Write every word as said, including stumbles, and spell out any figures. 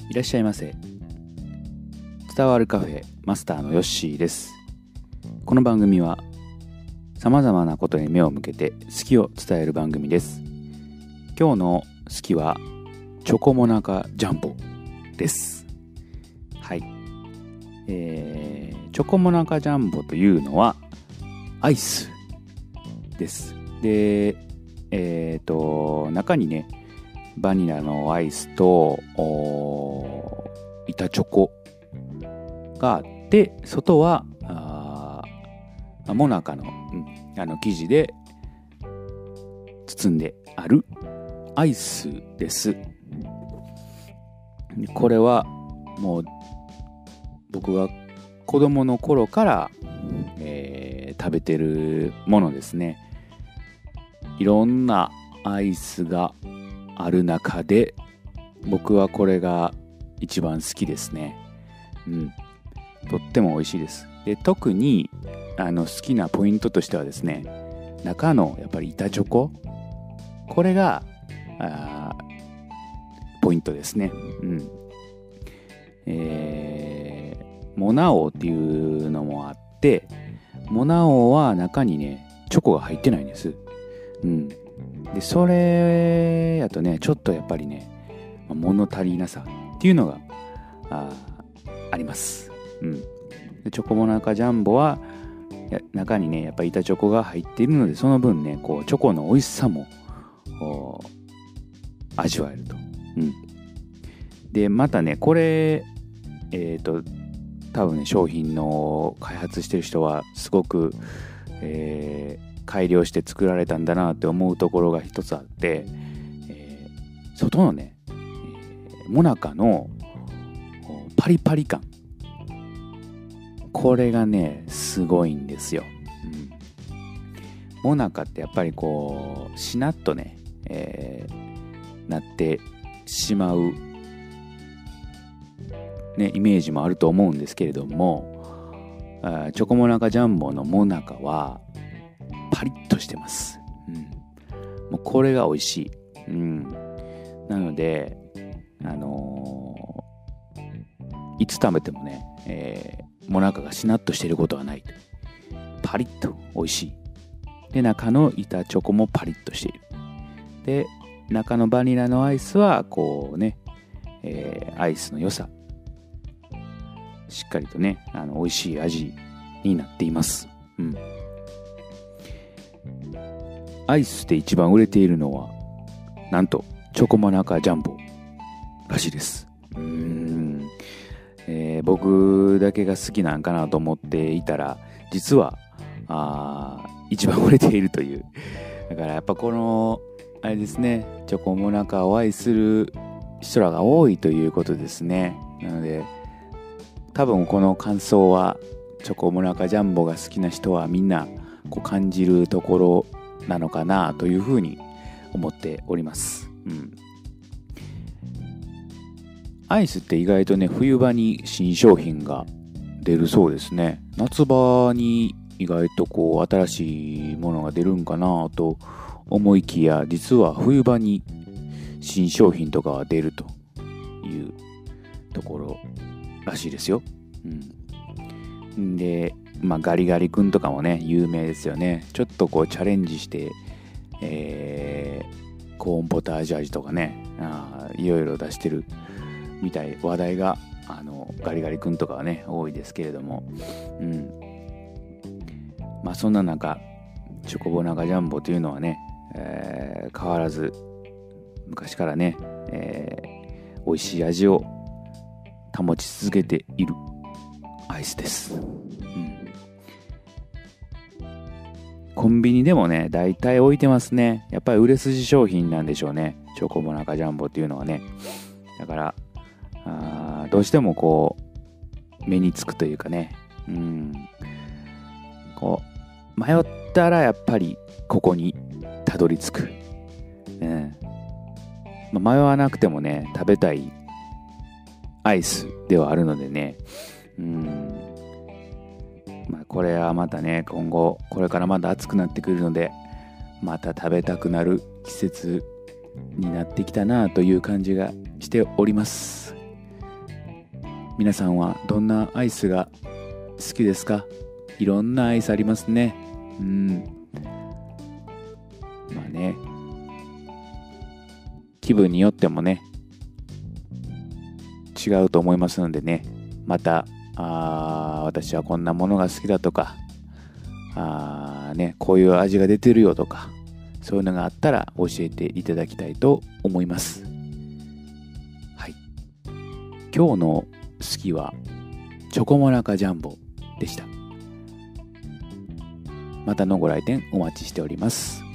いらっしゃいませ。伝わるカフェマスターのヨッシーです。この番組はさまざまなことに目を向けて好きを伝える番組です。今日の好きはチョコモナカジャンボです。はい、えー、チョコモナカジャンボというのはアイスです。で、えーと中にねバニラのアイスと板チョコがあって、外はあモナカの、うん、あの生地で包んであるアイスです。これはもう僕が子供の頃から、えー、食べてるものですね。いろんなアイスがある中で僕はこれが一番好きですね。うん、とっても美味しいです。で、特にあの好きなポイントとしてはですね、中のやっぱり板チョコ、これがあポイントですね。うん、えー、モナ王っていうのもあって、モナ王は中にねチョコが入ってないんです。うん。でそれやとねちょっとやっぱりね物足りなさっていうのが あ, あります、うん、でチョコモナカジャンボは中にねやっぱり板チョコが入っているので、その分ねこうチョコの美味しさも味わえると、うん、でまたねこれえっ、ー、と多分ね商品の開発してる人はすごく、えー改良して作られたんだなって思うところが一つあって、えー、外のね、えー、モナカのパリパリ感、これがねすごいんですよ、うん、モナカってやっぱりこうしなっとね、えー、なってしまう、ね、イメージもあると思うんですけれども、あチョコモナカジャンボのモナカはパリッとしてます、うん、もうこれが美味しい、うん、なのであのー、いつ食べてもね、えー、モナカがしなっとしていることはない。パリッと美味しい。で中の板チョコもパリッとしている。で中のバニラのアイスはこうね、えー、アイスの良さしっかりとねあの美味しい味になっています、うん。アイスで一番売れているのはなんとチョコモナカジャンボらしいです。うーん、えー、僕だけが好きなんかなと思っていたら実はあ一番売れているという。だからやっぱこのあれですね、チョコモナカを愛する人らが多いということですね。なので多分この感想はチョコモナカジャンボが好きな人はみんなこう感じるところなのかなというふうに思っております、うん、アイスって意外とね冬場に新商品が出るそうですね。夏場に意外とこう新しいものが出るんかなと思いきや、実は冬場に新商品とかが出るというところらしいですよ、うん、でまあ、ガリガリ君とかもね有名ですよね。ちょっとこうチャレンジして、えー、コーンポタージュ味とかねあいろいろ出してるみたい、話題があのガリガリ君とかはね多いですけれども、うん、まあそんな中チョコモナカジャンボというのはね、えー、変わらず昔からね、えー、美味しい味を保ち続けているアイスです、うん、コンビニでもね大体置いてますね。やっぱり売れ筋商品なんでしょうね、チョコモナカジャンボっていうのはね。だからあどうしてもこう目につくというかね、うん、こう迷ったらやっぱりここにたどり着く、ねまあ、迷わなくてもね食べたいアイスではあるのでね、うんまあ、これはまたね今後これからまだ暑くなってくるのでまた食べたくなる季節になってきたなという感じがしております。 皆さんはどんなアイスが好きですか？いろんなアイスありますね。うん。まあね、気分によってもね、違うと思いますのでね、また、あ私はこんなものが好きだとか、あね、こういう味が出てるよとか、そういうのがあったら教えていただきたいと思います。はい。今日の好きはチョコモナカジャンボでした。またのご来店お待ちしております。